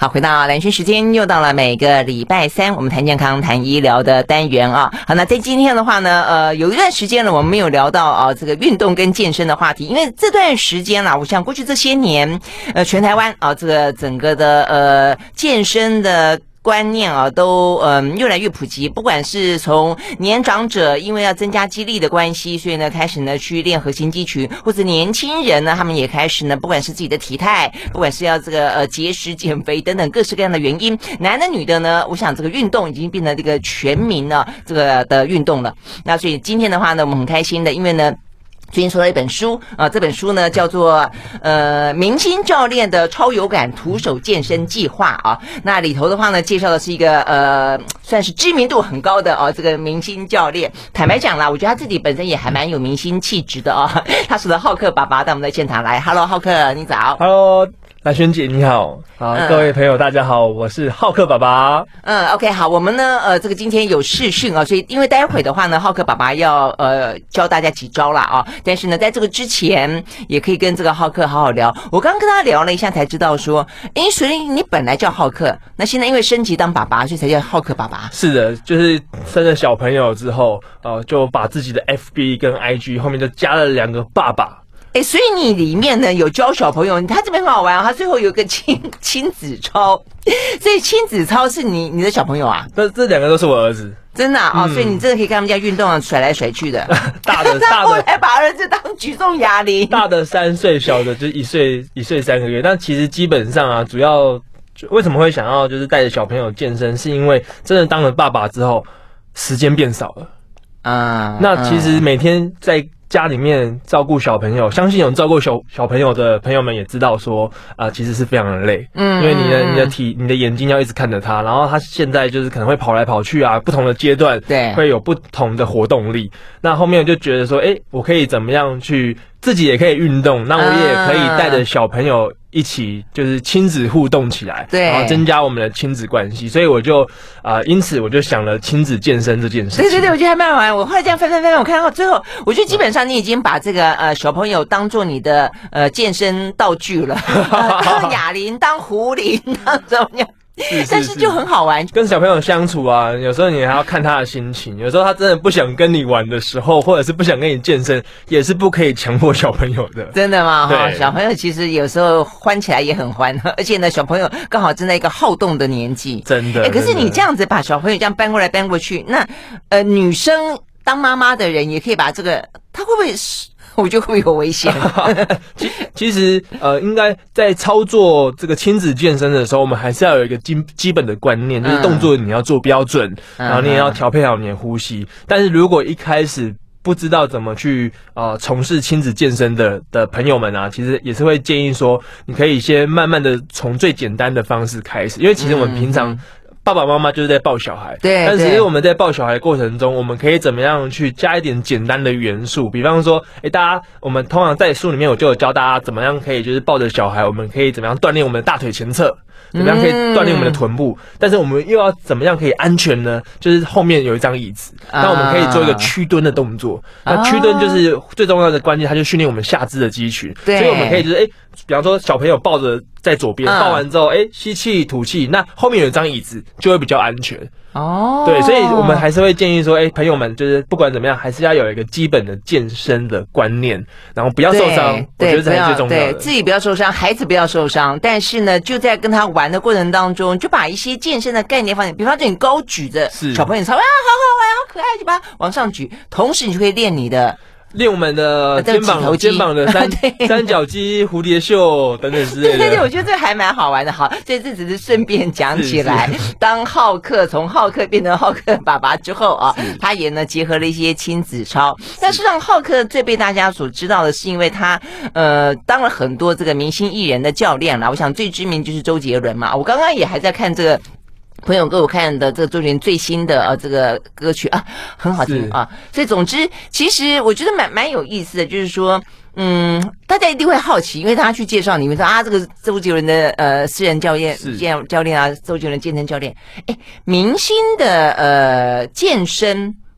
好，回到蓝轩时间，又到了每个礼拜三我们谈健康谈医疗的单元啊。好，那在今天的话呢，有一段时间了，我们没有聊到这个运动跟健身的话题，因为这段时间啦，我想过去这些年，全台湾这个整个的健身的观念都越来越普及，不管是从年长者因为要增加肌力的关系，所以呢开始呢去练核心肌群，或者年轻人呢他们也开始呢，不管是自己的体态，不管是要这个节食减肥等等各式各样的原因，男的女的呢，我想这个运动已经变成这个全民呢这个的运动了。那所以今天的话呢，我们很开心的，因为呢最近收到一本书这本书呢叫做明星教练的超有感徒手健身计划啊。那里头的话呢，介绍的是一个算是知名度很高的这个明星教练。坦白讲啦，我觉得他自己本身也还蛮有明星气质的他是的浩克爸爸到我们的现场来。 Hello 浩克，你早。 Hello蓝轩姐你好。好，各位朋友大家好，我是浩克爸爸。 OK 好，我们呢这个今天有视讯所以因为待会的话呢，浩克爸爸要教大家几招啦但是呢在这个之前也可以跟这个浩克好好聊。我刚刚跟他聊了一下才知道说，所以你本来叫浩克，那现在因为升级当爸爸，所以才叫浩克爸爸。 是的，就是生了小朋友之后就把自己的 FB 跟 IG 后面就加了2个爸爸。 所以你里面呢有教小朋友，他这边很好玩他最后有一个亲子操，所以亲子操是你的小朋友啊？ 这2个都是我儿子。 真的所以你真的可以跟他们家运动甩来甩去的。 大的还把儿子当举重哑铃。 大的3岁，小的就1岁3个月。但其实基本上主要为什么会想要就是带着小朋友健身，是因为真的当了爸爸之后时间变少了那其实每天在家里面照顾小朋友，相信有照顾小朋友的朋友们也知道说其实是非常的累。因为你的眼睛要一直看着他，然后他现在就是可能会跑来跑去不同的阶段对会有不同的活动力。那后面我就觉得说我可以怎么样去自己也可以运动，那我也可以带着小朋友一起就是亲子互动起来，对，然后增加我们的亲子关系。所以我就因此我就想了亲子健身这件事情。 对，我觉得还蛮好玩。我后来这样翻，我看到最后，我觉得基本上你已经把这个小朋友当做你的健身道具了，当哑铃，当壶铃，当怎么样？但是就很好玩， 跟小朋友相处有时候你还要看他的心情，有时候他真的不想跟你玩的时候，或者是不想跟你健身，也是不可以强迫小朋友的。 真的吗？小朋友其实有时候欢起来也很欢，而且呢，小朋友刚好正在一个好动的年纪， 真的。 可是你这样子把小朋友这样搬过来搬过去，那女生当妈妈的人也可以把这个，他会不会我觉得会有危险。 其实应该在操作这个亲子健身的时候，我们还是要有一个基本的观念，就是动作你要做标准，然后你也要调配好你的呼吸。但是如果一开始不知道怎么去从事亲子健身的朋友们其实也是会建议说，你可以先慢慢的从最简单的方式开始，因为其实我们平常爸爸妈妈就是在抱小孩，对，但是我们在抱小孩的过程中，我们可以怎么样去加一点简单的元素？比方说，我们通常在书里面我就有教大家怎么样可以就是抱着小孩，我们可以怎么样锻炼我们的大腿前侧，怎么样可以锻炼我们的臀部，但是我们又要怎么样可以安全呢？就是后面有一张椅子，那我们可以做一个屈蹲的动作。那屈蹲就是最重要的关键，它就训练我们下肢的肌群。所以我们可以就是比方说小朋友抱着在左边，抱完之后吸气吐气，那后面有一张椅子就会比较安全。对，所以我们还是会建议说，朋友们就是不管怎么样，还是要有一个基本的健身的观念，然后不要受伤，我觉得这才是最重要的。 对，自己不要受伤，孩子不要受伤，但是呢，就在跟他玩的过程当中，就把一些健身的概念放进，比方说你高举着小朋友，好好玩，好可爱，就把它往上举，同时你就可以练我们的肩膀的三角肌、蝴蝶袖等等之类的。 对，我觉得这还蛮好玩的。好，所以这只是顺便讲起来。当从浩克变成浩克爸爸之后他也呢结合了一些亲子操。但是让浩克最被大家所知道的是，因为他当了很多这个明星艺人的教练啦。我想最知名就是周杰伦嘛。我刚刚也还在看这个。朋友给我看的这个周杰伦最新的这个歌曲很好听所以总之其实我觉得蛮有意思的，就是说大家一定会好奇，因为他去介绍你们说这个周杰伦的私人教练周杰伦健身教练明星的健身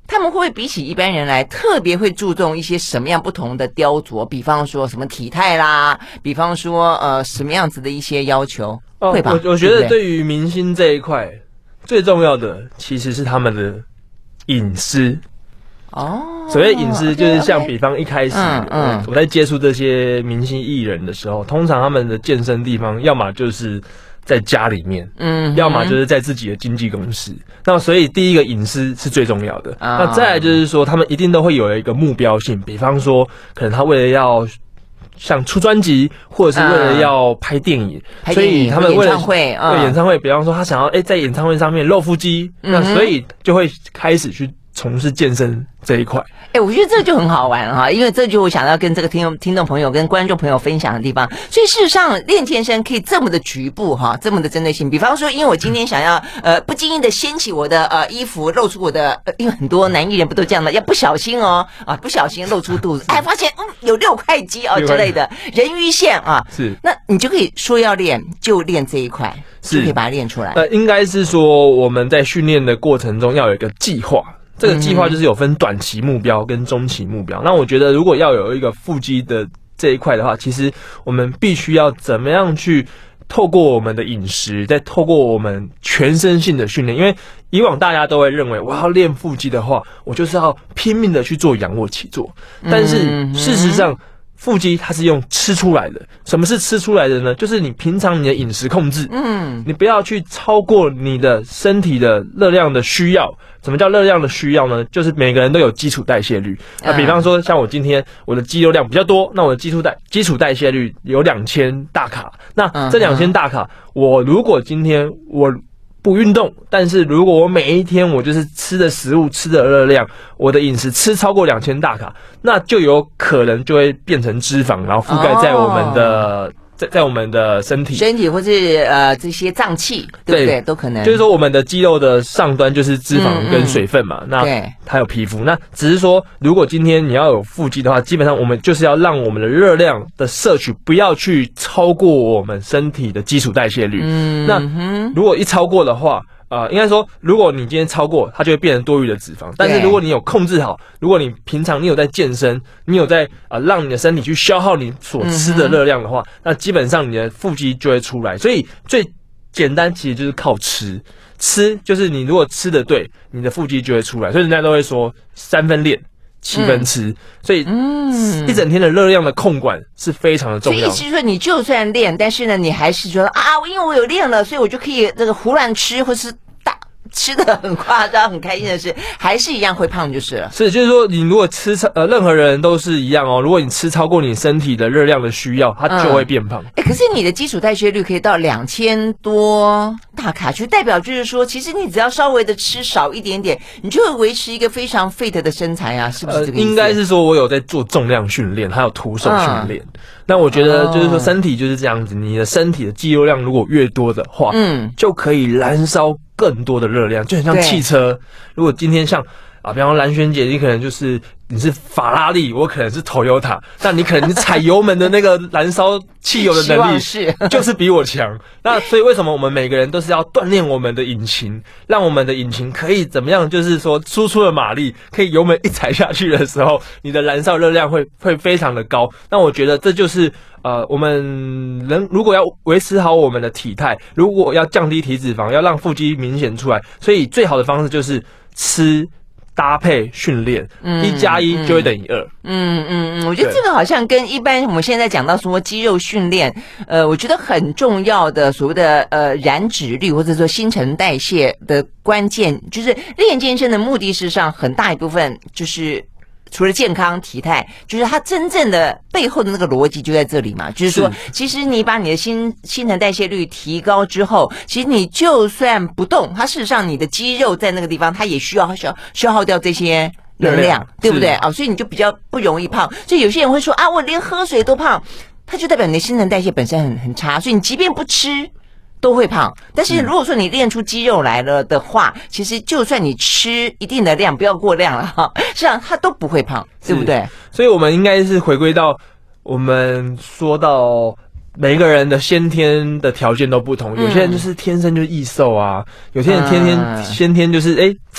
他们会不会比起一般人来特别会注重一些什么样不同的雕琢？比方说什么体态啦，比方说什么样子的一些要求？会吧？ 我觉得对于明星这一块，最重要的其实是他们的隐私。所谓隐私就是像比方一开始我在接触这些明星艺人的时候，通常他们的健身地方要么就是在家里面，要么就是在自己的经纪公司。那所以第一个隐私是最重要的。那再来就是说，他们一定都会有一个目标性，比方说可能他为了要像出专辑，或者是为了要拍电影，所以他们为了演唱会，比方说他想要在演唱会上面露腹肌，那所以就会开始去从事健身这一块。 我觉得这就很好玩哈，因为这就我想要跟这个听众朋友跟观众朋友分享的地方。所以事实上练健身可以这么的局部哈，这么的针对性。比方说，因为我今天想要不经意的掀起我的衣服，露出我的因为很多男艺人不都这样的，要不小心不小心露出肚子，发现有6块肌之类的人鱼线是， 那你就可以说要练就练这一块，就可以把它练出来。 应该是说我们在训练的过程中要有一个计划。这个计划就是有分短期目标跟中期目标。那我觉得如果要有一个腹肌的这一块的话，其实我们必须要怎么样去透过我们的饮食，再透过我们全身性的训练。因为以往大家都会认为我要练腹肌的话，我就是要拼命的去做仰卧起坐。但是事实上腹肌它是用吃出来的。什么是吃出来的呢？就是你平常你的饮食控制，你不要去超过你的身体的热量的需要。什么叫热量的需要呢？就是每个人都有基础代谢率。那比方说像我今天我的肌肉量比较多，那我的基础代谢率有2000大卡。那这2000大卡，我如果今天我不运动，但是如果我每一天我就是吃的食物吃的热量，我的饮食吃超过2000大卡，那就有可能就会变成脂肪，然后覆盖在我们的在我们的身体或是这些脏器，对不对？都可能。 就是说我们的肌肉的上端就是脂肪跟水分嘛，那它有皮肤。那只是说如果今天你要有腹肌的话，基本上我们就是要让我们的热量的摄取不要去超过我们身体的基础代谢率。那如果一超过的话，应该说，如果你今天超过，它就会变成多余的脂肪。但是如果你有控制好，如果你平常你有在健身，你有在让你的身体去消耗你所吃的热量的话，那基本上你的腹肌就会出来。所以最简单其实就是靠吃，就是你如果吃的对，你的腹肌就会出来。所以人家都会说3分练7分吃，所以一整天的热量的控管是非常的重要。 所以意思是说，你就算练，但是呢，你还是觉得因为我有练了，所以我就可以这个胡乱吃，或是吃的很夸张、很开心的是，还是一样会胖就是了。 是，就是说，你如果吃任何人都是一样哦。如果你吃超过你身体的热量的需要，它就会变胖。 可是你的基础代谢率可以到2000多大卡，就代表就是说，其实你只要稍微的吃少一点点，你就会维持一个非常 fit 的身材啊，是不是这个意思？ 应该是说我有在做重量训练，还有徒手训练。那我觉得就是说，身体就是这样子，你的身体的肌肉量如果越多的话，就可以燃烧更多的热量，就很像汽车。如果今天像比方说蓝萱姐，你可能就是你是法拉利，我可能是 Toyota， 但你可能你踩油门的那个燃烧汽油的能力就是比我强。那所以为什么我们每个人都是要锻炼我们的引擎，让我们的引擎可以怎么样？就是说输出的马力可以油门一踩下去的时候，你的燃烧热量会非常的高。那我觉得这就是我们人如果要维持好我们的体态，如果要降低体脂肪，要让腹肌明显出来，所以最好的方式就是吃搭配训练，1+1就会等于2。 我觉得这个好像跟一般我们现在讲到说肌肉训练，我觉得很重要的所谓的燃脂率或者说新陈代谢的关键，就是练健身的目的事实上很大一部分就是除了健康体态，就是它真正的背后的那个逻辑就在这里嘛，就是说其实你把你的新陈代谢率提高之后，其实你就算不动，它事实上你的肌肉在那个地方它也需要消耗掉这些能量，对不对？所以你就比较不容易胖。所以有些人会说我连喝水都胖，它就代表你的新陈代谢本身很差，所以你即便不吃都会胖。但是如果说你练出肌肉来了的话，其实就算你吃一定的量，不要过量了实际上它都不会胖，对不对？ 所以我们应该是回归到我们说到每一个人的先天的条件都不同，有些人就是天生就是易瘦啊，有些人先天就是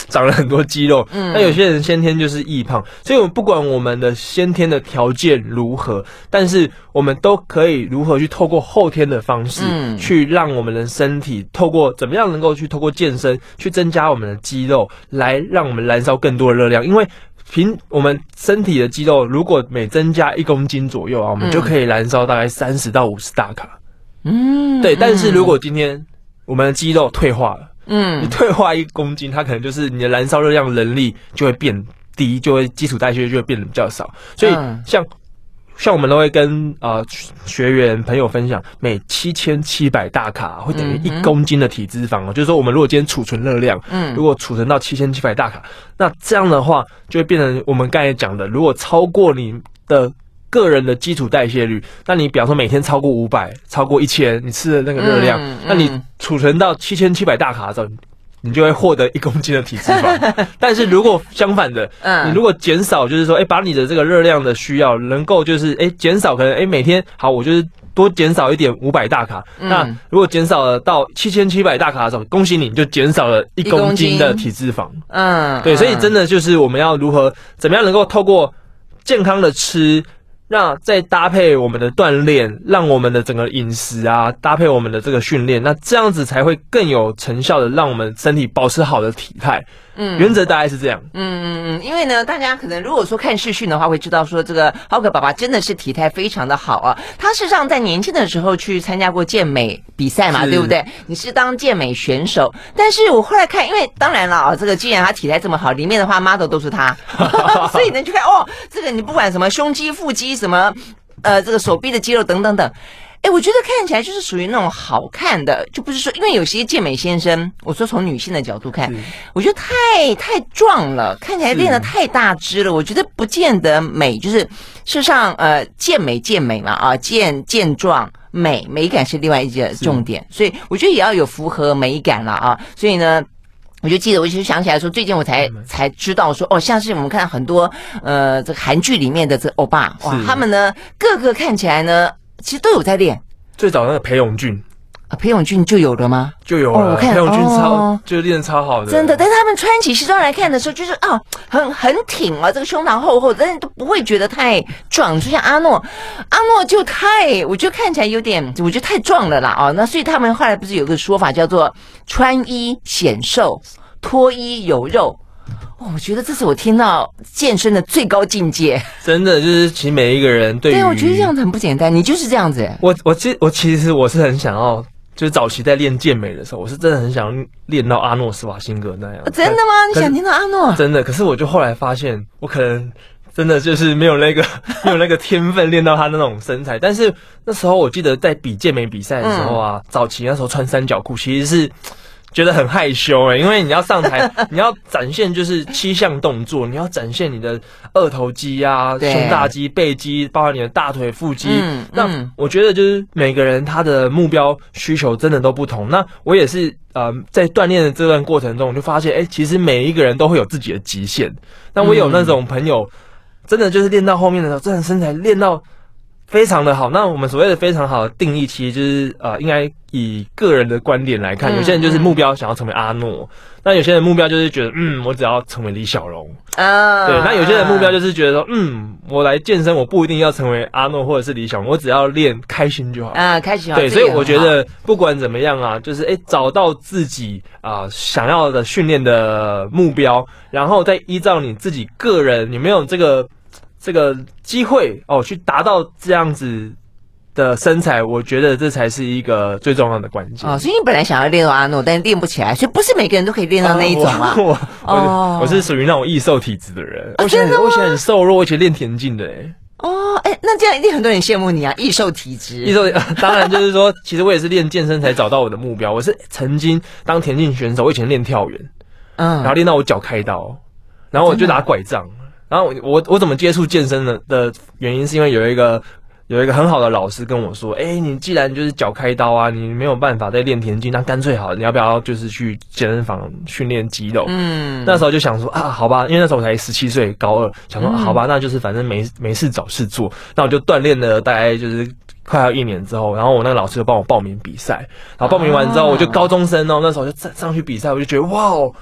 长了很多肌肉。那有些人先天就是易胖，所以我们不管我们的先天的条件如何，但是我们都可以如何去透过后天的方式，去让我们的身体透过怎么样能够去透过健身去增加我们的肌肉，来让我们燃烧更多的热量。因为凭我们身体的肌肉，如果每增加1公斤左右啊，我们就可以燃烧大概30到50大卡。对。但是如果今天我们的肌肉退化了，你退化1公斤，它可能就是你的燃烧热量能力就会变低，就会基础代谢就会变得比较少。所以像我们都会跟学员朋友分享，每7700大卡会等于1公斤的体脂肪就是说我们如果今天储存热量，如果储存到7700大卡，那这样的话就会变成我们刚才讲的，如果超过你的个人的基础代谢率，那你比方说每天超过500、超过1000，你吃的那个热量，那你储存到7700大卡的时候，你就会获得1公斤的体脂肪。但是如果相反的，你如果减少，就是说，把你的这个热量的需要能够就是减少，可能每天好，我就是多减少一点500大卡。那如果减少了到7700大卡的时候，恭喜你就减少了1公斤的体脂肪。对，所以真的就是我们要如何怎么样能够透过健康的吃。那再搭配我们的锻炼，让我们的整个饮食啊，搭配我们的这个训练，那这样子才会更有成效的，让我们身体保持好的体态。原则大概是这样。 因为呢，大家可能如果说看视讯的话，会知道说这个浩克爸爸真的是体态非常的好啊。他事实上在年轻的时候去参加过健美比赛嘛，对不对？你是当健美选手，但是我后来看，因为当然了这个既然他体态这么好，里面的话 model 都是他，所以呢就看这个你不管什么胸肌、腹肌什么，这个手臂的肌肉等等等。我觉得看起来就是属于那种好看的，就不是说，因为有些健美先生，我说从女性的角度看，我觉得太壮了，看起来练得太大只了，我觉得不见得美。就是事实上，健美嘛，健壮美感是另外一个重点，所以我觉得也要有符合美感了啊。所以呢，我就记得，我就想起来说，最近我才知道说，像是我们看很多这个韩剧里面的这个欧巴，哇，他们呢个个看起来呢。其实都有在练，最早那个裴勇俊裴勇俊就有了吗？ 就有了，我看裴勇俊就练得超好的， 真的。但是他们穿起西装来看的时候，就是很挺这个胸膛厚厚，但是都不会觉得太壮。就像阿诺就我觉得看起来有点，我觉得太壮了啦那所以他们后来不是有个说法叫做穿衣显瘦，脱衣有肉。我觉得这是我听到健身的最高境界， 真的就是其实每一个人对我觉得这样子很不简单，你就是这样子。 我其实我是很想要，就是早期在练健美的时候，我是真的很想练到阿诺施瓦辛格那样。 真的吗？你想听到阿诺？ 真的，可是我就后来发现，我可能真的就是没有那个天分练到他那种身材。但是那时候我记得在比健美比赛的时候啊，早期那时候穿三角裤其实是觉得很害羞因为你要上台，你要展现就是7项动作，你要展现你的二头肌啊、胸大肌、背肌，包括你的大腿、腹肌。那我觉得就是每个人他的目标需求真的都不同。那我也是在锻炼的这段过程中，我就发现其实每一个人都会有自己的极限。那我有那种朋友，真的就是练到后面的时候，真的身材练到非常的好。那我们所谓的非常好的定义，其实就是应该以个人的观点来看，有些人就是目标想要成为阿诺，那有些人目标就是觉得我只要成为李小龙对，那有些人目标就是觉得说我来健身，我不一定要成为阿诺或者是李小龙，我只要练开心就好开心好。 对，所以我觉得不管怎么样啊，就是找到自己想要的训练的目标，然后再依照你自己个人有没有这个机会去达到这样子的身材，我觉得这才是一个最重要的关键所以你本来想要练到阿诺，但是练不起来，所以不是每个人都可以练到那一种我是属于那种易瘦体质的人。我以前很瘦弱，我以前练田径的那这样一定很多人羡慕你啊，易瘦体质。 易瘦当然就是说，其实我也是练健身才找到我的目标。我是曾经当田径选手，我以前练跳远，然后练到我脚开刀，然后我就拿拐杖。然后我怎么接触健身的原因，是因为有一个很好的老师跟我说，你既然就是脚开刀啊，你没有办法再练田径，那干脆好，你要不要就是去健身房训练肌肉？那时候就想说好吧，因为那时候我才17岁，高2，想说好吧，那就是反正没事找事做，那我就锻炼了大概就是快要1年之后，然后我那个老师就帮我报名比赛，然后报名完之后，我就高中生那时候就上去比赛，我就觉得哇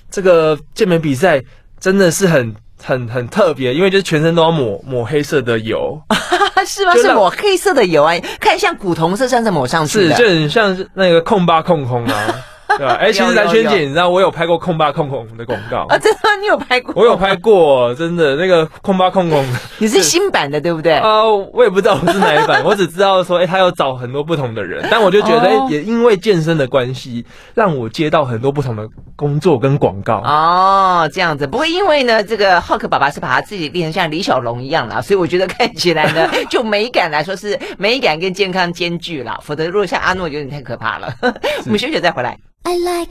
这个健美比赛真的是很特别，因为就是全身都要抹黑色的油。 是吗？是抹黑色的油啊，看像古铜色，像是抹上去的， 是就很像那个控吧控空啊。对吧？其实蓝轩姐，你知道我有拍过控吧控空的广告啊？真的，你有拍过？ 我有拍过，真的那个控吧控空。 你是新版的对不对？ 我也不知道我是哪一版，我只知道说，他有找很多不同的人，但我就觉得，也因为健身的关系，让我接到很多不同的工作跟广告。 哦，这样子。不过因为呢，这个浩克爸爸是把他自己练成像李小龙一样啦，所以我觉得看起来呢，就美感来说是美感跟健康兼具啦。否则如果像阿诺，有点太可怕了。我们休息再回来。I like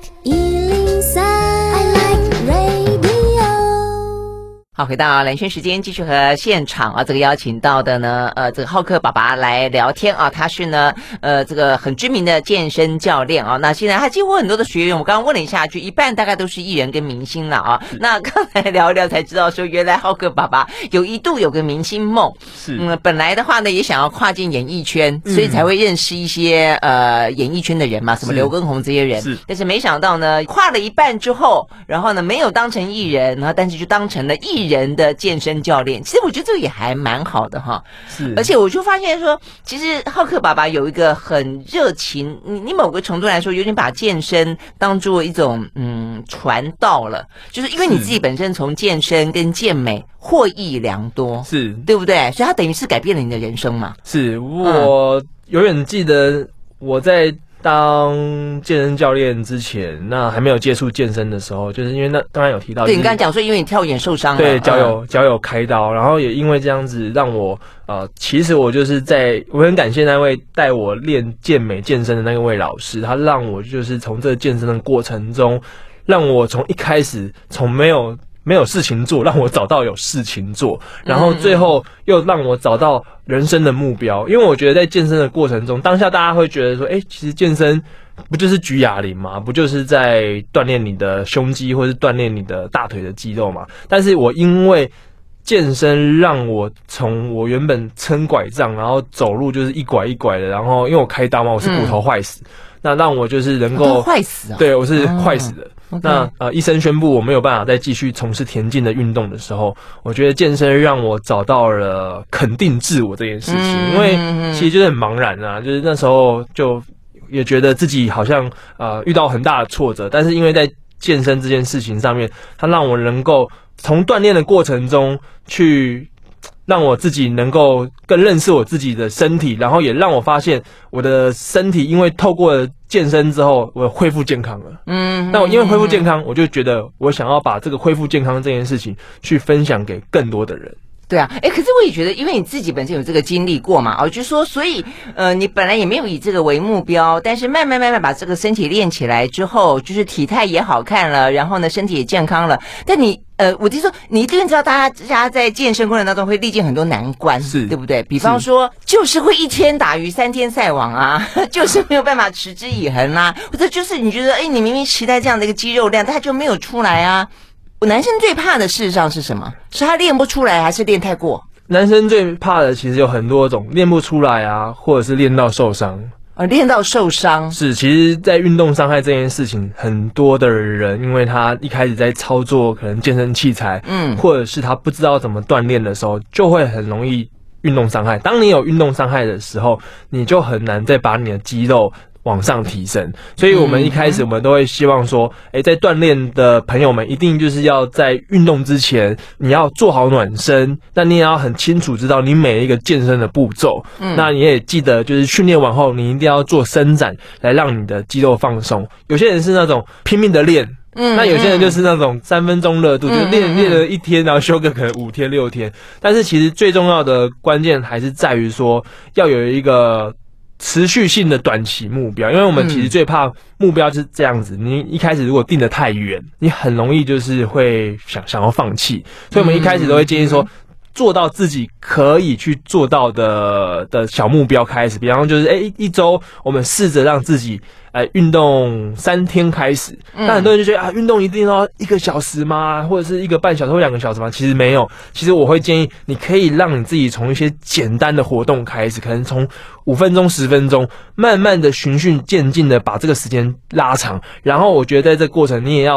103, I like radio。好，回到蓝轩时间，继续和现场啊，这个邀请到的呢，这个浩克爸爸来聊天啊，他是呢，这个很知名的健身教练啊。那现在他几乎很多的学员，我刚刚问了一下，就一半大概都是艺人跟明星了啊。那刚才聊一聊才知道说，原来浩克爸爸一度有个明星梦， 是， 本来的话呢，也想要跨进演艺圈，所以才会认识一些演艺圈的人嘛，什么刘畊宏这些人。是，但是没想到呢，跨了一半之后，然后呢，没有当成艺人，然后但是就当成了艺人的健身教练。其实我觉得这个也还蛮好的哈。是，而且我就发现说，其实浩克爸爸有一个很热情，你某个程度来说，有点把健身当做一种传道了，就是因为你自己本身从健身跟健美获益良多，是对不对？所以他等于是改变了你的人生嘛。是，我永远记得我在当健身教练之前，那还没有接触健身的时候，就是因为那当然有提到，对你刚才讲说，因为你跳远受伤了，对，脚有开刀，然后也因为这样子让我其实我就是我很感谢那位带我练健美健身的那位老师，他让我就是从这个健身的过程中，让我从一开始从没有事情做，让我找到有事情做，然后最后又让我找到人生的目标。因为我觉得在健身的过程中，当下大家会觉得说，其实健身不就是举哑铃吗？不就是在锻炼你的胸肌或是锻炼你的大腿的肌肉吗？但是我因为健身让我从我原本撑拐杖，然后走路就是一拐一拐的，然后因为我开刀嘛，我是骨头坏死，那让我就是能够坏死啊，对，我是坏死的。那医生宣布我没有办法再继续从事田径的运动的时候，我觉得健身让我找到了肯定自我这件事情，因为其实就是很茫然啊，就是那时候就也觉得自己好像遇到很大的挫折，但是因为在健身这件事情上面，它让我能够从锻炼的过程中去让我自己能够更认识我自己的身体，然后也让我发现我的身体因为透过了健身之后，我恢复健康了。那我因为恢复健康，我就觉得我想要把这个恢复健康这件事情去分享给更多的人。对啊，可是我也觉得，因为你自己本身有这个经历过嘛，就说，所以你本来也没有以这个为目标，但是慢慢把这个身体练起来之后，就是体态也好看了，然后呢，身体也健康了。但你我就说，你一定知道，大家在健身过程当中会历经很多难关，是对不对？比方说，就是会1天打鱼3天晒网啊，就是没有办法持之以恒啊，或者就是你觉得，你明明期待这样的一个肌肉量，但它就没有出来啊。男生最怕的事实上是什么？是他练不出来，还是练太过？男生最怕的其实有很多种，练不出来啊，或者是练到受伤。练到受伤是，其实在运动伤害这件事情，很多的人因为他一开始在操作可能健身器材，或者是他不知道怎么锻炼的时候，就会很容易运动伤害。当你有运动伤害的时候，你就很难再把你的肌肉往上提升，所以我们一开始我们都会希望说，在锻炼的朋友们一定就是要在运动之前，你要做好暖身，那你也要很清楚知道你每一个健身的步骤，那你也记得就是训练完后你一定要做伸展，来让你的肌肉放松。有些人是那种拼命的练，那有些人就是那种3分钟热度，就练了1天，然后休个可能5天6天。但是其实最重要的关键还是在于说，要有一个持续性的短期目标，因为我们其实最怕目标就是这样子，你一开始如果定得太远，你很容易就是会想要放弃，所以我们一开始都会建议说，做到自己可以去做到的小目标开始，比方就是一周我们试着让自己运动3天开始。那很多人就觉得运动一定要1个小时吗？或者是1个半小时或2个小时吗？其实没有，其实我会建议你可以让你自己从一些简单的活动开始，可能从5分钟10分钟，慢慢的循序渐进的把这个时间拉长。然后我觉得在这个过程你也要去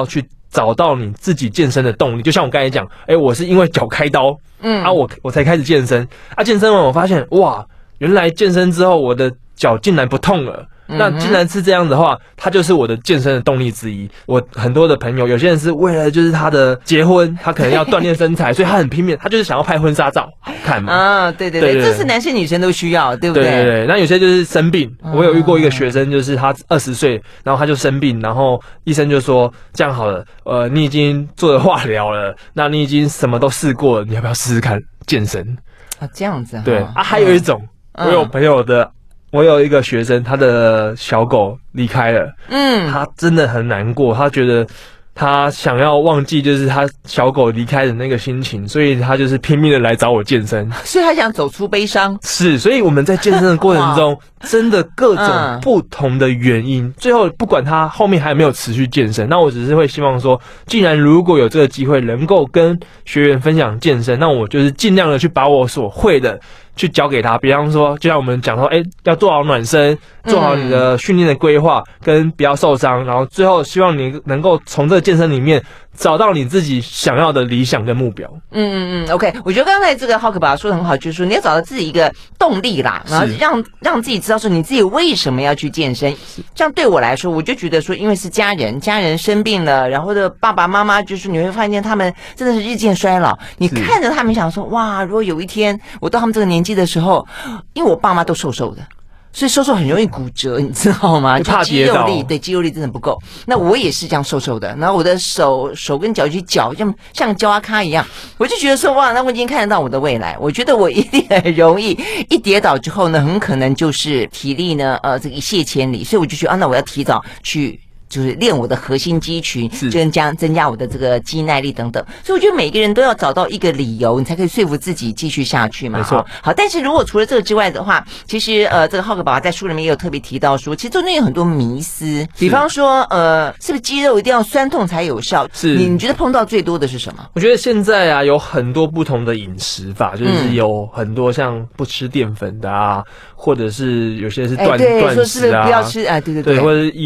找到你自己健身的动力。就像我刚才讲，我是因为脚开刀，我才开始健身啊。健身完我发现，哇，原来健身之后我的脚竟然不痛了。那既然是这样的话，它就是我的健身的动力之一。我很多的朋友，有些人是为了就是他的结婚，他可能要锻炼身材，所以他很拼命，他就是想要拍婚纱照好看嘛。 啊，对，这是男生女生都需要，对不对？ 对。那有些就是生病，我有遇过一个学生，就是他20岁，然后他就生病，然后医生就说这样好了，你已经做了化疗了，那你已经什么都试过了，你要不要试试看健身？ 啊，这样子。 对啊，还有一种，我有一个学生，他的小狗离开了，他真的很难过，他觉得他想要忘记就是他小狗离开的那个心情，所以他就是拼命的来找我健身， 所以他想走出悲伤。 是，所以我们在健身的过程中，真的各种不同的原因，最后不管他后面还有没有持续健身，那我只是会希望说，既然如果有这个机会能够跟学员分享健身，那我就是尽量的去把我所会的去教给他。比方说，就像我们讲说，要做好暖身，做好你的训练的规划，跟不要受伤，然后最后希望你能够从这个健身里面找到你自己想要的理想跟目标。 OK， 我觉得刚才这个浩克把它说得很好，就是说你要找到自己一个动力啦，然后让自己知道说你自己为什么要去健身。这样对我来说，我就觉得说，因为是家人生病了，然后的爸爸妈妈就是你会发现他们真的是日渐衰老，你看着他们想说，哇，如果有一天我到他们这个年纪的时候，因为我爸妈都瘦瘦的。所以瘦瘦很容易骨折，你知道吗？ 怕肌肉力，对，肌肉力真的不够。那我也是这样瘦瘦的，然后我的手跟脚去脚，像胶阿咖一样，我就觉得说，哇，那我已经看得到我的未来。我觉得我一定很容易一跌倒之后呢，很可能就是体力呢，这个一泻千里。所以我就觉得，那我要提早去。就是练我的核心肌群，增加我的这个肌耐力等等，所以我觉得每个人都要找到一个理由，你才可以说服自己继续下去嘛。 没错。 好，但是如果除了这个之外的话，其实这个浩克爸爸在书里面也有特别提到说，其实中间有很多迷思，比方说是不是肌肉一定要酸痛才有效？ 是。 你觉得碰到最多的是什么？ 我觉得现在啊有很多不同的饮食法，就是有很多像不吃淀粉的啊，或者是有些是断食啊， 不要吃啊，对， 或者是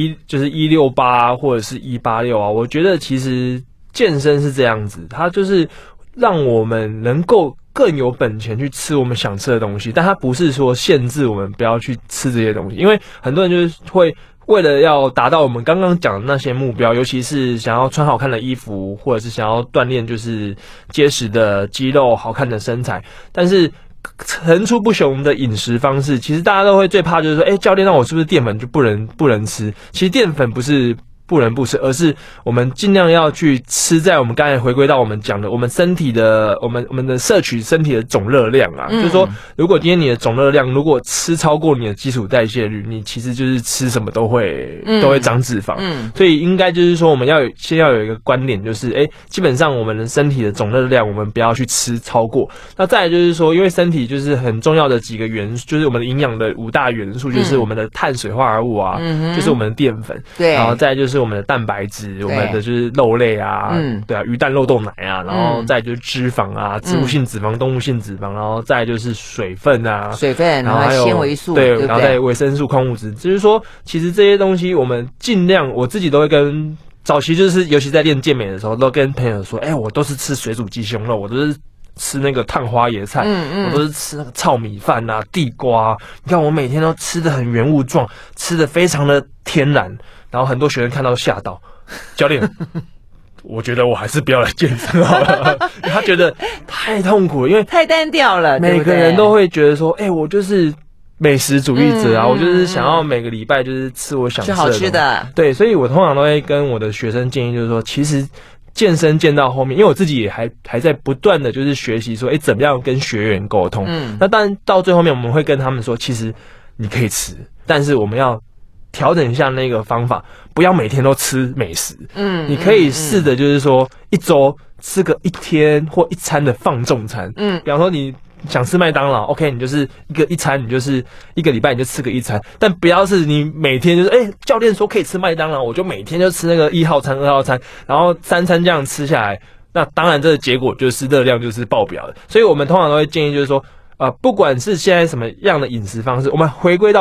168或者是186啊，我觉得其实健身是这样子，它就是让我们能够更有本钱去吃我们想吃的东西，但它不是说限制我们不要去吃这些东西，因为很多人就是会为了要达到我们刚刚讲的那些目标，尤其是想要穿好看的衣服，或者是想要锻炼就是结实的肌肉、好看的身材，但是层出不穷的饮食方式，其实大家都会最怕就是说，教练，那我是不是淀粉就不能吃？其实淀粉不是不能不吃，而是我们尽量要去吃在我们刚才回归到我们讲的我们身体的我们的摄取身体的总热量啊，就是说如果今天你的总热量如果吃超过你的基础代谢率，你其实就是吃什么都会长脂肪，所以应该就是说我们先要有一个观点，就是基本上我们的身体的总热量我们不要去吃超过。那再来就是说，因为身体就是很重要的几个元素，就是我们的营养的5大元素，就是我们的碳水化合物啊，就是我们的淀粉，对，然后再来就是我们的蛋白质，我们的就是肉类啊，对啊，鱼蛋肉豆奶啊，然后再来就是脂肪啊，植物性脂肪、动物性脂肪，然后再来就是水分啊， 然后还有纤维素， 对，然后再维生素、矿物质，就是说，其实这些东西我们尽量，我自己都会跟早期就是尤其在练健美的时候，都跟朋友说，我都是吃水煮鸡胸肉，我都是吃那个烫花椰菜，我都是吃那个糙米饭啊、地瓜，你看我每天都吃的很原物状，吃的非常的天然。然后很多学生看到吓到，教练，我觉得我还是不要来健身好了，因为他觉得太痛苦了，因为太单调了。 每个人都会觉得说，我就是美食主义者啊，我就是想要每个礼拜就是吃我想吃的好吃的。对， 所以我通常都会跟我的学生建议，就是说，其实健身健到后面，因为我自己也还在不断的就是学习说，怎么样跟学员沟通。那当然到最后面我们会跟他们说，其实你可以吃，但是我们要调整一下那个方法，不要每天都吃美食。你可以试着就是说一周吃个1天或1餐的放纵餐。比方说你想吃麦当劳 ，OK， 你就是一餐，你就是1个礼拜你就吃个1餐，但不要是你每天就是教练说可以吃麦当劳，我就每天就吃那个1号餐、2号餐，然后3餐这样吃下来，那当然这个结果就是热量就是爆表的。所以我们通常都会建议就是说，不管是现在什么样的饮食方式，我们回归到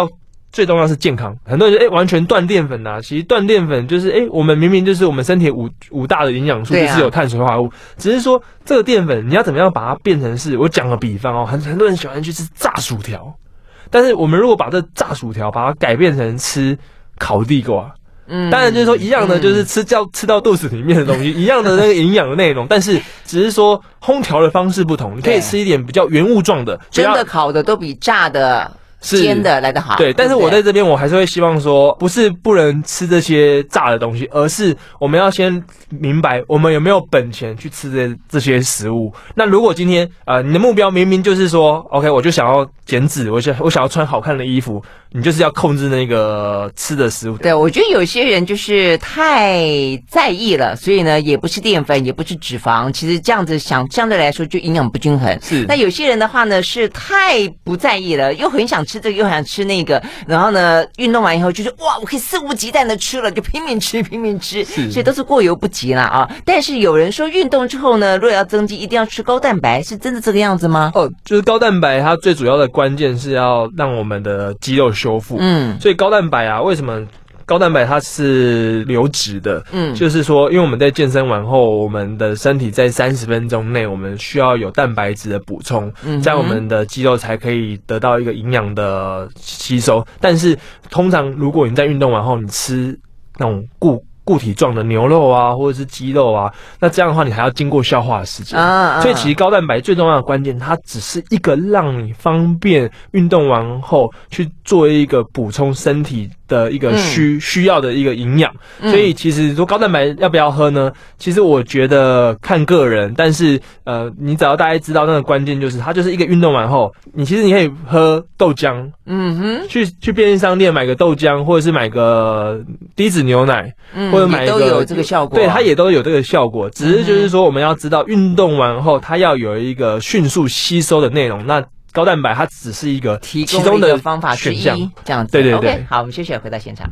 最重要是健康。很多人完全断淀粉啊，其实断淀粉就是我们明明就是我们身体五大的营养素，就是有碳水化合物，只是说这个淀粉你要怎么样把它变成是，我讲个比方很多人喜欢去吃炸薯条，但是我们如果把这炸薯条把它改变成吃烤地瓜。当然就是说一样的，就是吃到肚子里面的东西，一样的那个营养的内容，但是只是说烘调的方式不同，你可以吃一点比较原物状的， 真的烤的都比炸的煎的来得好。 对，但是我在这边我还是会希望说，不是不能吃这些炸的东西，而是我们要先明白我们有没有本钱去吃这些食物。那如果今天你的目标明明就是说 ，OK， 我就想要减脂，我想要穿好看的衣服，你就是要控制那个吃的食物。 对，我觉得有些人就是太在意了，所以呢，也不是淀粉，也不是脂肪，其实这样子相对来说就营养不均衡。 是。 那有些人的话呢，是太不在意了，又很想吃这个，又很想吃那个，然后呢，运动完以后就是哇，我可以肆无忌惮的吃了，就拼命吃，所以都是过犹不及啦啊。但是有人说运动之后呢，如果要增肌，一定要吃高蛋白，是真的这个样子吗？ 就是高蛋白，它最主要的关键是要让我们的肌肉修复。所以高蛋白为什么高蛋白它是流质的？就是说，因为我们在健身完后，我们的身体在30分钟内，我们需要有蛋白质的补充，这样我们的肌肉才可以得到一个营养的吸收。但是通常如果你在运动完后，你吃那种固体状的牛肉或者是鸡肉那这样的话你还要经过消化的时间所以其实高蛋白最重要的关键，它只是一个让你方便运动完后去做一个补充身体的一个需要的一个营养。所以其实说高蛋白要不要喝呢？其实我觉得看个人，但是你只要大概知道那个关键，就是它就是一个运动完后，你其实你可以喝豆浆，去便利商店买个豆浆，或者是买个低脂牛奶，或者买一个都有这个效果。 对，它也都有这个效果，只是就是说我们要知道运动完后它要有一个迅速吸收的内容，那高蛋白它只是一个提供的一个方法之一，这样子。 对。 OK， 好，我们休息回到现场。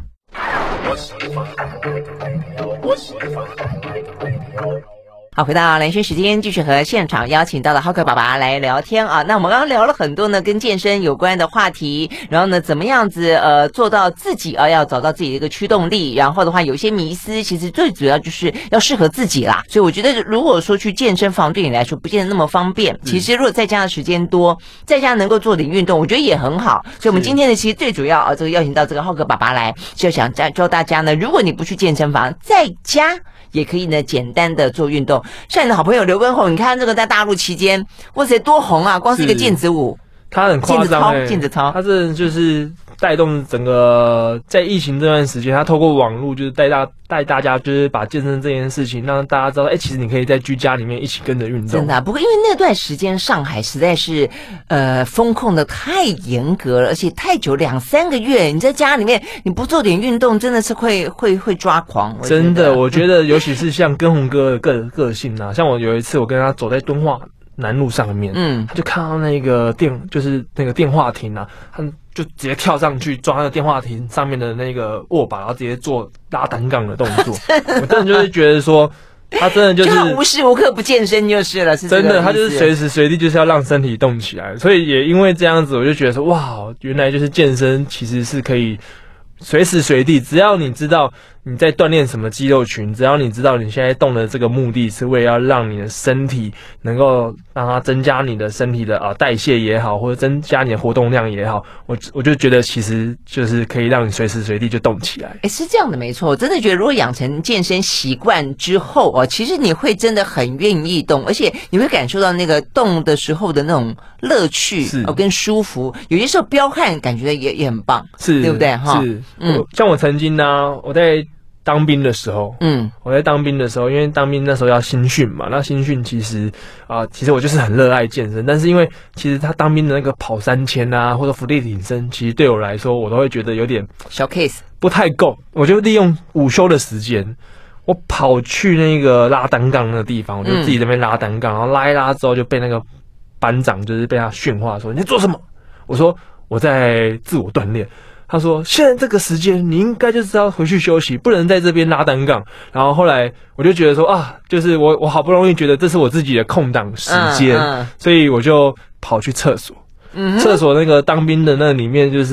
好，回到蓝轩时间，继续和现场邀请到的浩克爸爸来聊天啊。那我们刚刚聊了很多呢跟健身有关的话题，然后呢怎么样子做到自己要找到自己的一个驱动力，然后的话有一些迷思，其实最主要就是要适合自己啦。所以我觉得如果说去健身房对你来说不见得那么方便，其实如果在家的时间多，在家能够做点运动，我觉得也很好。所以我们今天呢其实最主要这个邀请到这个浩克爸爸来，就想教大家呢，如果你不去健身房，在家也可以呢简单的做运动。像你的好朋友刘畊宏，你看这个在大陆期间，哇塞多红啊！光是一个毽子舞， 他很夸张毽子操， 他这就是带动整个在疫情这段时间，他透过网络就是带大家就是把健身这件事情让大家知道，其实你可以在居家里面一起跟着运动。 真的不过因为那段时间上海实在是风控的太严格了，而且太久2-3个月，你在家里面你不做点运动，真的是会抓狂。 真的，我觉得尤其是像跟宏哥的个性像我有一次我跟他走在敦化南路上面，他就看到那个就是那个电话亭他就直接跳上去抓那个电话亭上面的那个握把，然后直接做拉单杠的动作。我真的就是觉得说，他真的就是无时无刻不健身就是了，是真的，他就是随时随地就是要让身体动起来。所以也因为这样子，我就觉得说，哇，原来就是健身其实是可以随时随地，只要你知道你在锻炼什么肌肉群，只要你知道你现在动的这个目的是为了要让你的身体能够让它增加你的身体的代谢也好，或者增加你的活动量也好，我就觉得其实就是可以让你随时随地就动起来。 是这样的，没错。我真的觉得如果养成健身习惯之后其实你会真的很愿意动，而且你会感受到那个动的时候的那种乐趣跟舒服。有些时候飙汗感觉也很棒，是对不对哈？ 是，像我曾经我在当兵的时候，我在当兵的时候，因为当兵那时候要新训嘛，那新训其实我就是很热爱健身，但是因为其实他当兵的那个跑3000或者伏地挺身，其实对我来说我都会觉得有点小 case 不太够，我就利用午休的时间，我跑去那个拉单杠那个地方，我就自己在那边拉单杠，然后拉一拉之后就被那个班长就是被他训话说你在做什么？我说我在自我锻炼。他说现在这个时间你应该就是要回去休息，不能在这边拉单杠。然后后来我就觉得说就是我好不容易觉得这是我自己的空档时间，所以我就跑去厕所。厕所那个当兵的那里面就是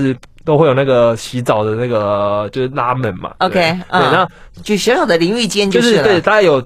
都会有那个洗澡的那个就是拉门嘛。 OK， 对，那就小小的淋浴间就是了。 对，大概有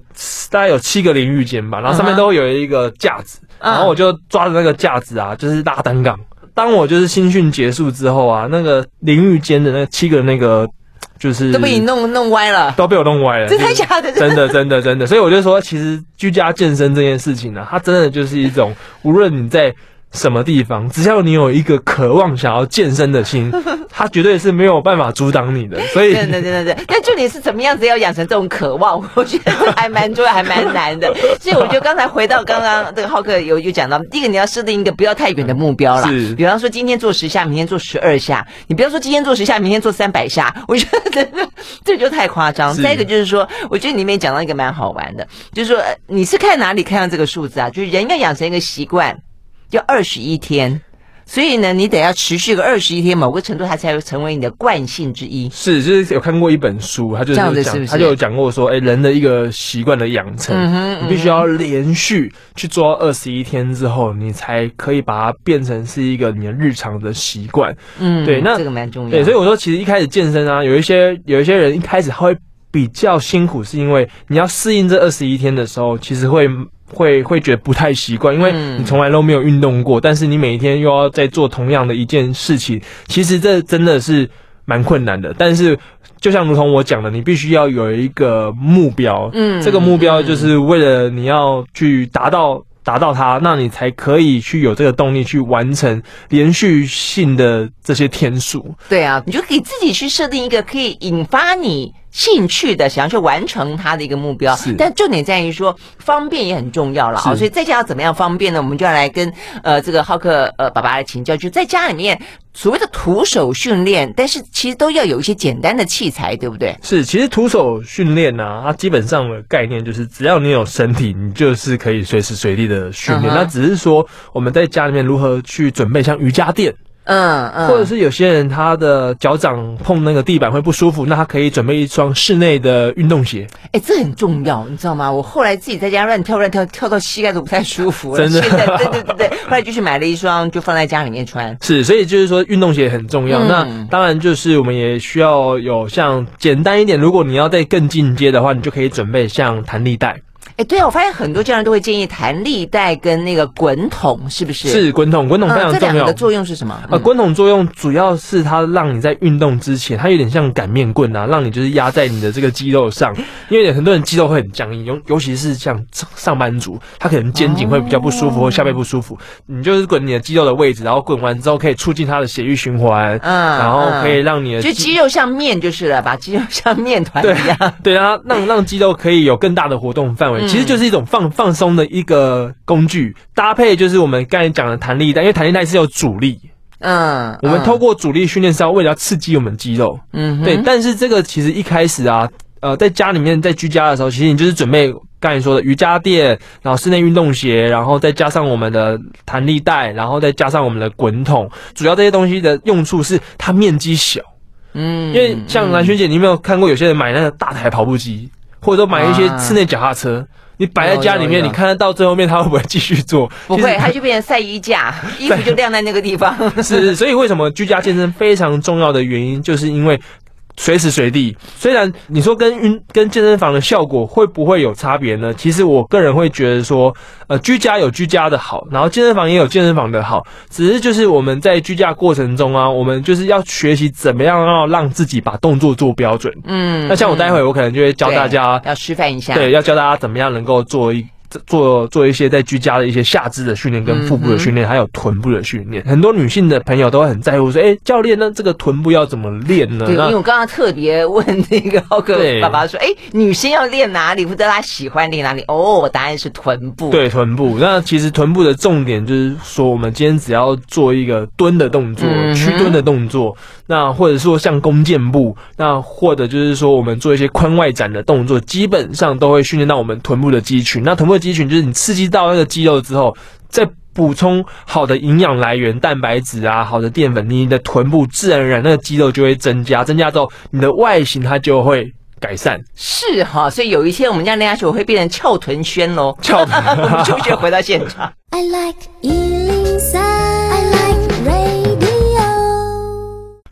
7个淋浴间吧，然后上面都有一个架子，然后我就抓着那个架子啊，就是拉单杠。当我就是新训结束之后啊，那个淋浴间的那7个那个。就是都被你弄歪了， 都被我弄歪了， 真的假的？ 真的，所以我就说，其实居家健身这件事情呢，它真的就是一种，无论你在什么地方，只要你有一个渴望想要健身的心，它绝对是没有办法阻挡你的。所以， 真的，但重点是怎么样子要养成这种渴望，我觉得还蛮重要，还蛮难的。所以我觉得刚才回到刚刚这个浩克有讲到，第一个你要设定一个不要太远的目标啦， 是， 比方说今天做10下，明天做12下，你不要说今天做10下，明天做300下，我觉得真的这就太夸张。再一个就是说，我觉得里面讲到一个蛮好玩的，就是说你是看哪里看到这个数字啊？就是人要养成一个习惯。要21天，所以呢，你得要持续个21天，某个程度它才会成为你的惯性之一。 是，就是有看过一本书，他就是他就有讲过说，人的一个习惯的养成，你必须要连续去做到21天之后，你才可以把它变成是一个你的日常的习惯。对，那这个蛮重要。 对，所以我说，其实一开始健身啊，有一些人一开始他会比较辛苦，是因为你要适应这21天的时候，其实会觉得不太习惯，因为你从来都没有运动过，但是你每一天又要再做同样的一件事情，其实这真的是蛮困难的。但是就像如同我讲的，你必须要有一个目标，这个目标就是为了你要去达到它，那你才可以去有这个动力去完成连续性的这些天数。 对啊，你就给自己去设定一个可以引发你兴趣的想要去完成它的一个目标，但重点在于说方便也很重要了啊。所以在家要怎么样方便呢？我们就要来跟这个浩克爸爸来请教，就在家里面所谓的徒手训练，但是其实都要有一些简单的器材，对不对？ 是，其实徒手训练呢，它基本上的概念就是只要你有身体，你就是可以随时随地的训练。那只是说我们在家里面如何去准备像瑜伽垫。或者是有些人他的脚掌碰那个地板会不舒服，那他可以准备一双室内的运动鞋。 这很重要，你知道吗？我后来自己在家乱跳到膝盖都不太舒服了。 真的， 对，后来就去买了一双，就放在家里面穿。 是，所以就是说运动鞋很重要。那当然就是我们也需要有像简单一点，如果你要再更进阶的话，你就可以准备像弹力带。 对啊，我发现很多家人都会建议弹力带跟那个滚筒，是不是？ 是滚筒非常重要。 这两个的作用是什么？ 滚筒作用主要是它让你在运动之前，它有点像擀面棍啊，让你就是压在你的这个肌肉上。因为很多人肌肉会很僵硬，尤其是像上班族，他可能肩颈会比较不舒服或下背不舒服。你就是滚你的肌肉的位置，然后滚完之后可以促进它的血液循环，然后可以让你的就肌肉像面就是了，把肌肉像面团一样， 对，让肌肉可以有更大的活动范围。其实就是一种放松的一个工具，搭配就是我们刚才讲的弹力带，因为弹力带是有阻力。我们透过阻力训练是要为了要刺激我们肌肉。对，但是这个其实一开始啊，在家里面在居家的时候，其实你就是准备刚才说的瑜伽垫，然后室内运动鞋，然后再加上我们的弹力带，然后再加上我们的滚筒。主要这些东西的用处是它面积小。因为像蓝轩姐，你有没有看过有些人买那个大台跑步机，或者说买一些室内脚踏车？你摆在家里面，你看得到最后面他会不会继续做？ 不会，他就变成晒衣架，衣服就晾在那个地方。 是，所以为什么居家健身非常重要的原因，就是因为随时随地。虽然你说跟健身房的效果会不会有差别呢？其实我个人会觉得说，居家有居家的好，然后健身房也有健身房的好，只是就是我们在居家过程中啊，我们就是要学习怎么样要让自己把动作做标准。那像我待会我可能就会教大家要示范一下， 对，要教大家怎么样能够做一些在居家的一些下肢的训练跟腹部的训练，还有臀部的训练。很多女性的朋友都会很在乎说，教练，那这个臀部要怎么练呢？ 对，因为我刚刚特别问那个浩克爸爸说，女生要练哪里，或者她喜欢练哪里？答案是臀部。 对，臀部。那其实臀部的重点就是说，我们今天只要做一个蹲的动作，屈蹲的动作，那或者说像弓箭步，那或者就是说我们做一些髋外展的动作，基本上都会训练到我们臀部的肌群。那臀部的肌群就是你刺激到那个肌肉之后，再补充好的营养来源，蛋白质啊，好的淀粉，你的臀部自然而然那个肌肉就会增加之后，你的外形它就会改善。 是哈，所以有一天我们这样练下去，我会变成翘臀轩咯。 翘臀， 我们就学回到现场。 I like 103, I like radio。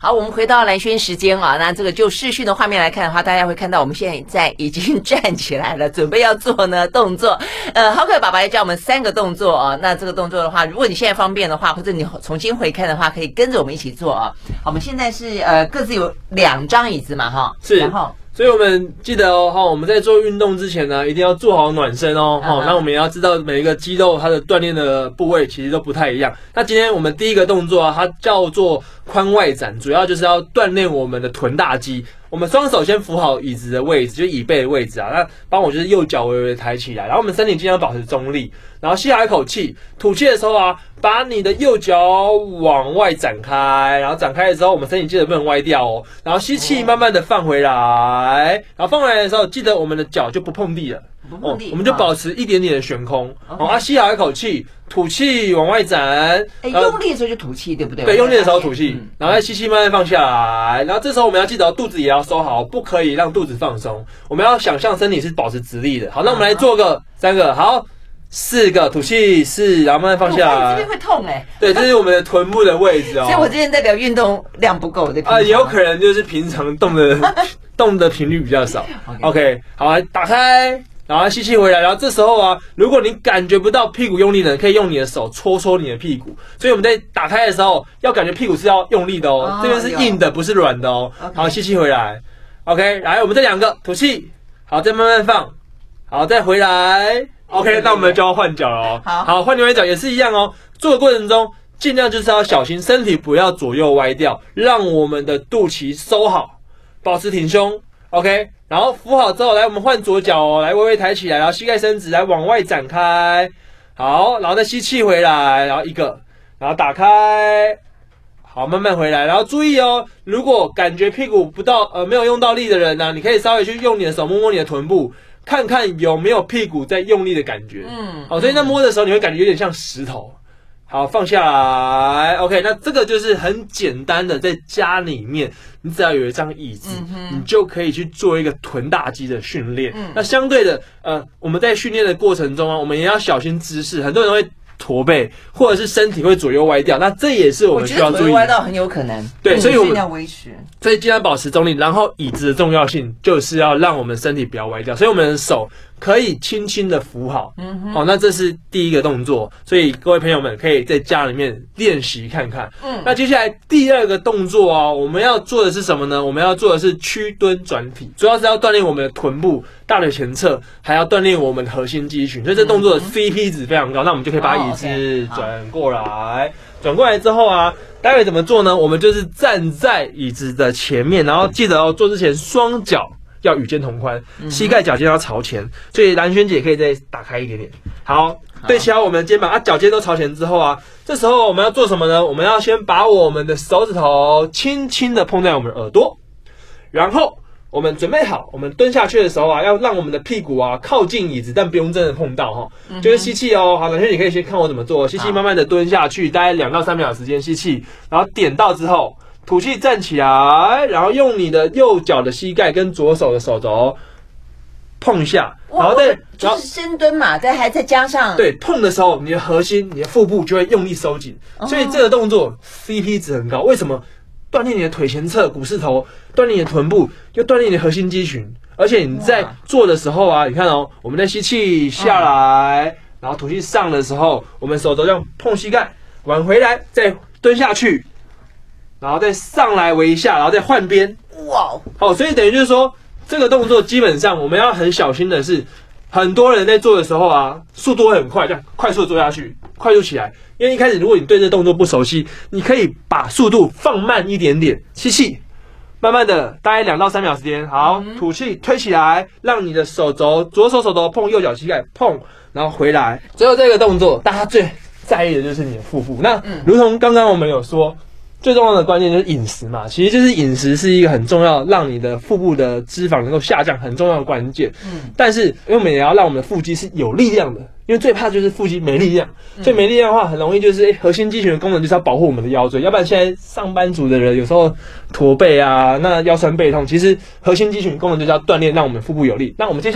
好，我们回到蓝轩时间啊，那这个就视讯的画面来看的话，大家会看到我们现在已经站起来了，准备要做呢动作。浩克爸爸要教我们3个动作啊，那这个动作的话，如果你现在方便的话，或者你重新回看的话，可以跟着我们一起做啊。好，我们现在是各自有2张椅子嘛，哈， 是， 然后。 所以我们记得哦，我们在做运动之前呢，一定要做好暖身哦。那我们也要知道每一个肌肉它的锻炼的部位其实都不太一样。那今天我们第一个动作啊，它叫做髋外展，主要就是要锻炼我们的臀大肌。我们双手先扶好椅子的位置，就是椅背的位置啊。那帮我就是右脚微微抬起来，然后我们身体尽量保持中立，然后吸下一口气，吐气的时候啊，把你的右脚往外展开，然后展开的时候，我们身体记得不能歪掉哦。然后吸气，慢慢的放回来，然后放回来的时候，记得我们的脚就不碰地了。我们就保持一点点的悬空。吸好一口气，吐气往外展。 用力的时候就吐气，对不对？ 对，用力的时候吐气，然后再吸气，慢慢放下来。然后这时候我们要记得肚子也要收好，不可以让肚子放松。我们要想象身体是保持直立的。好，那我们来做个3个，好，4个，吐气4，然后慢慢放下来。 这边会痛对，这是我们的臀部的位置哦。 所以我这边代表运动量不够的。 也有可能就是平常动的频率比较少。OK， 好，打开。然后吸气回来，然后这时候啊，如果你感觉不到屁股用力的，可以用你的手搓搓你的屁股。所以我们在打开的时候，要感觉屁股是要用力的哦，这边是硬的，不是软的哦。好，吸气回来 ，OK， 来，我们这2个吐气，好，再慢慢放，好，再回来 ，OK， 那我们就要换脚了哦。好，换另外一脚也是一样哦。做的过程中，尽量就是要小心身体不要左右歪掉，让我们的肚脐收好，保持挺胸 ，OK。然后扶好之后，来我们换左脚哦，来微微抬起来，然后膝盖伸直，来往外展开，好，然后再吸气回来，然后1个，然后打开，好，慢慢回来，然后注意哦，如果感觉屁股没有用到力的人呢，你可以稍微去用你的手摸摸你的臀部，看看有没有屁股在用力的感觉，好，所以在摸的时候你会感觉有点像石头。好，放下来 ，OK， 那这个就是很简单的，在家里面，你只要有一张椅子，你就可以去做一个臀大肌的训练。那相对的，我们在训练的过程中啊，我们也要小心姿势，很多人会驼背，或者是身体会左右歪掉，那这也是我们需要注意的。 左右歪到很有可能。 对，所以我们要维持。 所以尽量保持中立，然后椅子的重要性就是要让我们身体不要歪掉，所以我们的手可以轻轻的扶好。好，那这是第一个动作，所以各位朋友们可以在家里面练习看看。那接下来第2个动作啊，我们要做的是什么呢？我们要做的是屈蹲转体，主要是要锻炼我们的臀部、大腿前侧，还要锻炼我们的核心肌群，所以这动作的 CP 值非常高。那我们就可以把椅子转过来，转过来之后啊，待会怎么做呢？我们就是站在椅子的前面，然后记得哦，做之前双脚要与肩同宽，膝盖脚尖要朝前，所以蓝轩姐可以再打开一点点。好，对齐好我们的肩膀啊，脚尖都朝前之后啊，这时候我们要做什么呢？我们要先把我们的手指头轻轻的碰在我们的耳朵，然后我们准备好，我们蹲下去的时候啊，要让我们的屁股啊靠近椅子，但不用真的碰到哈。就是吸气哦，好，蓝轩你可以先看我怎么做，吸气慢慢的蹲下去，大概2到3秒的时间吸气，然后点到之后。吐气站起来，然后用你的右脚的膝盖跟左手的手肘碰一下，然后就是深蹲嘛，再加上对碰的时候，你的核心、你的腹部就会用力收紧，所以这个动作 CP 值很高。为什么？锻炼你的腿前侧、股四头，锻炼你的臀部，又锻炼你的核心肌群，而且你在做的时候啊，你看哦，我们在吸气下来，然后吐气上的时候，我们手肘这样碰膝盖，挽回来，再蹲下去。然后再上来围一下，然后再换边。哇，好，所以等于就是说，这个动作基本上我们要很小心的是，很多人在做的时候啊，速度会很快，这样快速的做下去，快速起来。因为一开始如果你对这个动作不熟悉，你可以把速度放慢一点点，吸气，慢慢的，大概2到3秒时间。好，吐气，推起来，让你的手肘，左手手肘碰右脚膝盖碰，然后回来。最后这个动作，大家最在意的就是你的腹部。那如同刚刚我们有说。最重要的关键就是饮食嘛，其实就是饮食是一个很重要，让你的腹部的脂肪能够下降很重要的关键。但是因为我们也要让我们的腹肌是有力量的，因为最怕就是腹肌没力量，所以没力量的话，很容易就是核心肌群的功能就是要保护我们的腰椎，要不然现在上班族的人有时候驼背啊，那腰酸背痛，其实核心肌群功能就是要锻炼，让我们腹部有力。那我们接下来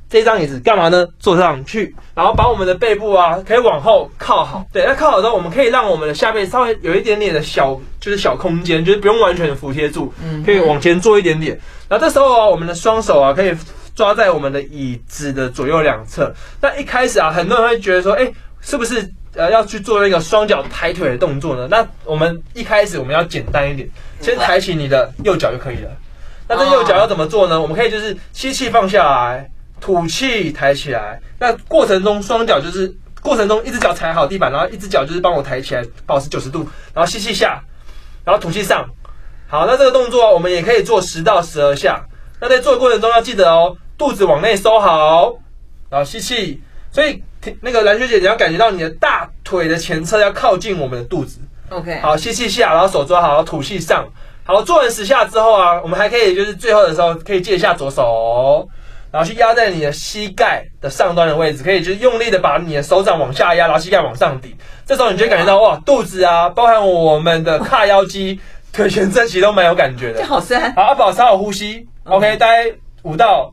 这张椅子干嘛呢？坐上去，然后把我们的背部啊可以往后靠好。对，那靠好之后，我们可以让我们的下背稍微有一点点的就是小空间，就是不用完全的服贴住，可以往前坐一点点。然后这时候啊，我们的双手啊可以抓在我们的椅子的左右两侧。那一开始啊，很多人会觉得说，是不是要去做那个双脚抬腿的动作呢？那我们一开始我们要简单一点，先抬起你的右脚就可以了。那这右脚要怎么做呢？我们可以就是吸气放下来，吐气抬起来。那过程中双脚就是过程中一只脚踩好地板，然后一只脚就是帮我抬起来，保持90度，然后吸气下，然后吐气上。好，那这个动作我们也可以做10到12下。那在做的过程中要记得哦，肚子往内收好，然后吸气。所以那个蓝学姐，你要感觉到你的大腿的前侧要靠近我们的肚子。 OK， 好，吸气下，然后手抓好，然后吐气上。好，做完10下之后啊，我们还可以就是最后的时候可以借一下左手，然后去压在你的膝盖的上端的位置，可以就是用力的把你的手掌往下压，然后膝盖往上顶。这时候你就会感觉到哇，肚子啊，包含我们的髂腰肌、腿前侧其实都蛮有感觉的。 这好酸。 好，保持好呼吸。OK， 大概5到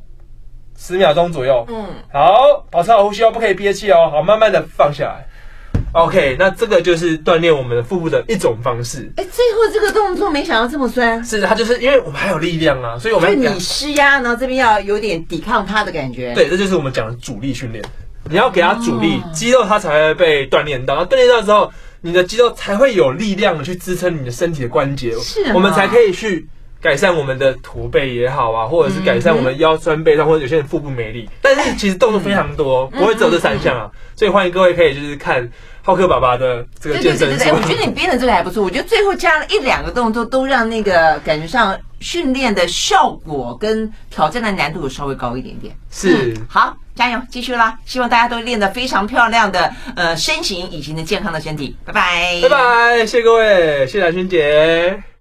10秒钟左右。好，保持好呼吸哦，不可以憋气哦。好，慢慢的放下来。OK， 那这个就是锻炼我们的腹部的一种方式。 最后这个动作没想到这么酸。 是的，它就是因为我们还有力量啊，所以我们就你施压，然后这边要有点抵抗它的感觉。 对，这就是我们讲的阻力训练。你要给它阻力，肌肉它才会被锻炼到。然后锻炼到之后，你的肌肉才会有力量的去支撑你的身体的关节，我们才可以去改善我们的驼背也好啊，或者是改善我们腰酸背痛，或者有些人腹部没力。但是其实动作非常多，不会只有这3项啊。所以欢迎各位可以就是看浩克爸爸的这个健身书。 对，我觉得你编的这个还不错。我觉得最后加了1-2个动作，都让那个感觉上训练的效果跟挑战的难度有稍微高一点点。 是， 好，加油，继续啦！希望大家都练得非常漂亮的身形以及呢健康的身体。拜拜， 拜拜，谢谢各位，谢谢蓝萱姐。